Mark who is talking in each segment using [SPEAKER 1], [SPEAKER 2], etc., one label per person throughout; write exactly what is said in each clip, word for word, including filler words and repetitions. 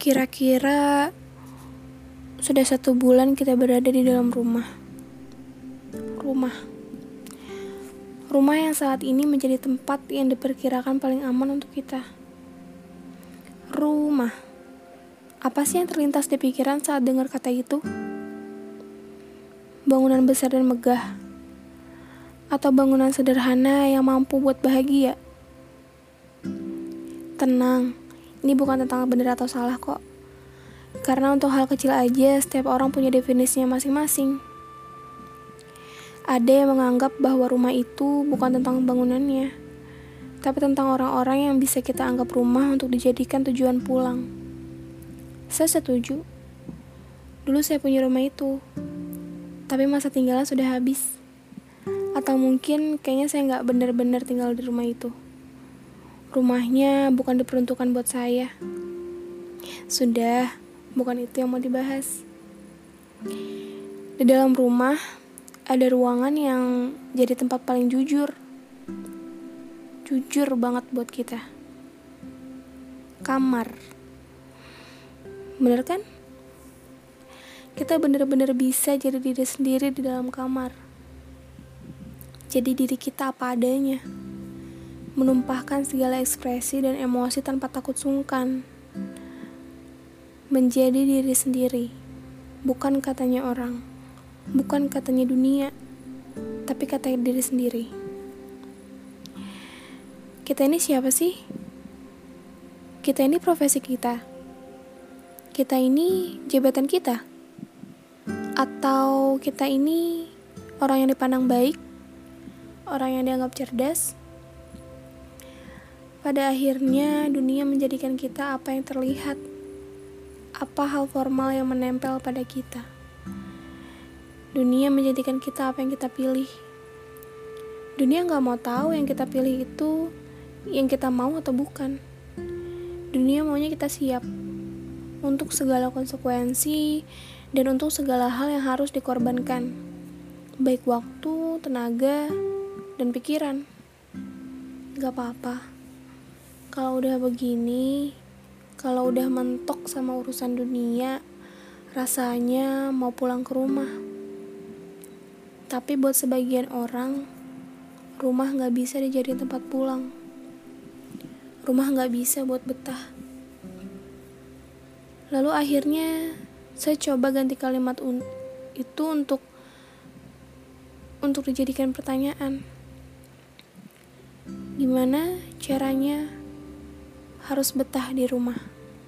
[SPEAKER 1] Kira-kira sudah satu bulan kita berada di dalam rumah. Rumah. Rumah yang saat ini menjadi tempat yang diperkirakan paling aman untuk kita. Rumah. Apa sih yang terlintas di pikiran saat dengar kata itu? Bangunan besar dan megah? Atau bangunan sederhana yang mampu buat bahagia? Tenang, ini bukan tentang benar atau salah kok. Karena untuk hal kecil aja, setiap orang punya definisinya masing-masing. Ada yang menganggap bahwa rumah itu bukan tentang bangunannya, tapi tentang orang-orang yang bisa kita anggap rumah untuk dijadikan tujuan pulang. Saya setuju. Dulu saya punya rumah itu, tapi masa tinggalnya sudah habis. Atau mungkin kayaknya saya nggak benar-benar tinggal di rumah itu. Rumahnya bukan diperuntukkan buat saya. Sudah, bukan itu yang mau dibahas. Di dalam rumah, ada ruangan yang jadi tempat paling jujur. Jujur banget buat kita. Kamar. Bener kan? Kita bener-bener bisa jadi diri sendiri di dalam kamar. Jadi diri kita apa adanya. Menumpahkan segala ekspresi dan emosi tanpa takut sungkan. Menjadi diri sendiri. Bukan katanya orang. Bukan katanya dunia. Tapi kata diri sendiri. Kita ini siapa sih? Kita ini profesi kita. Kita ini jabatan kita. Atau kita ini orang yang dipandang baik, orang yang dianggap cerdas. Pada akhirnya dunia menjadikan kita apa yang terlihat, apa hal formal yang menempel pada kita. Dunia menjadikan kita apa yang kita pilih. Dunia gak mau tahu yang kita pilih itu yang kita mau atau bukan. Dunia maunya kita siap untuk segala konsekuensi dan untuk segala hal yang harus dikorbankan, baik waktu, tenaga, dan pikiran. Gak apa-apa kalau udah begini, kalau udah mentok sama urusan dunia, rasanya mau pulang ke rumah. Tapi buat sebagian orang, rumah gak bisa dijadiin tempat pulang. Rumah gak bisa buat betah. Lalu akhirnya saya coba ganti kalimat un- itu untuk untuk dijadikan pertanyaan. Gimana caranya harus betah di rumah?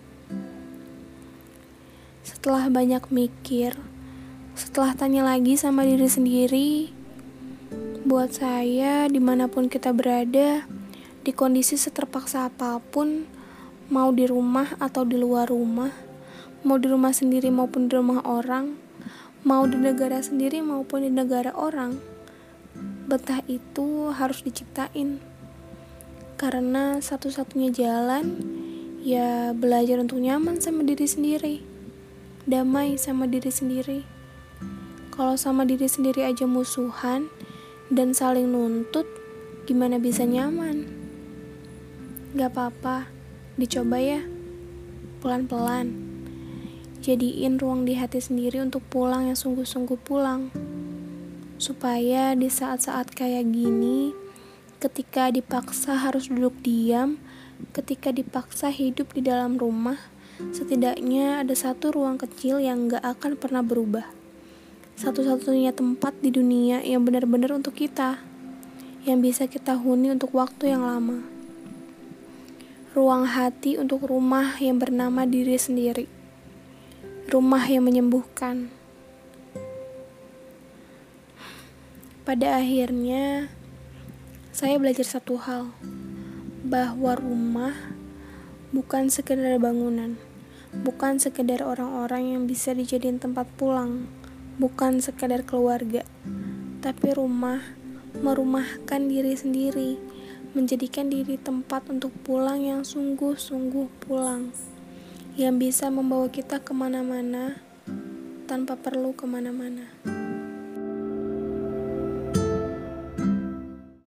[SPEAKER 1] Setelah banyak mikir, setelah tanya lagi sama diri sendiri, buat saya dimanapun kita berada, di kondisi seterpaksa apapun, mau di rumah atau di luar rumah, mau di rumah sendiri maupun di rumah orang, mau di negara sendiri maupun di negara orang, betah itu harus diciptain. Karena satu-satunya jalan, ya belajar untuk nyaman sama diri sendiri, damai sama diri sendiri. Kalau sama diri sendiri aja musuhan dan saling nuntut, gimana bisa nyaman? Gak apa-apa, dicoba ya, pelan-pelan. Jadiin ruang di hati sendiri untuk pulang yang sungguh-sungguh pulang. Supaya di saat-saat kayak gini, ketika dipaksa harus duduk diam, ketika dipaksa hidup di dalam rumah, setidaknya ada satu ruang kecil yang gak akan pernah berubah. Satu-satunya tempat di dunia yang benar-benar untuk kita, yang bisa kita huni untuk waktu yang lama. Ruang hati untuk rumah yang bernama diri sendiri. Rumah yang menyembuhkan. Pada akhirnya, saya belajar satu hal, bahwa rumah bukan sekedar bangunan, bukan sekedar orang-orang yang bisa dijadiin tempat pulang, bukan sekedar keluarga, tapi rumah merumahkan diri sendiri, menjadikan diri tempat untuk pulang yang sungguh-sungguh pulang, yang bisa membawa kita kemana-mana tanpa perlu kemana-mana.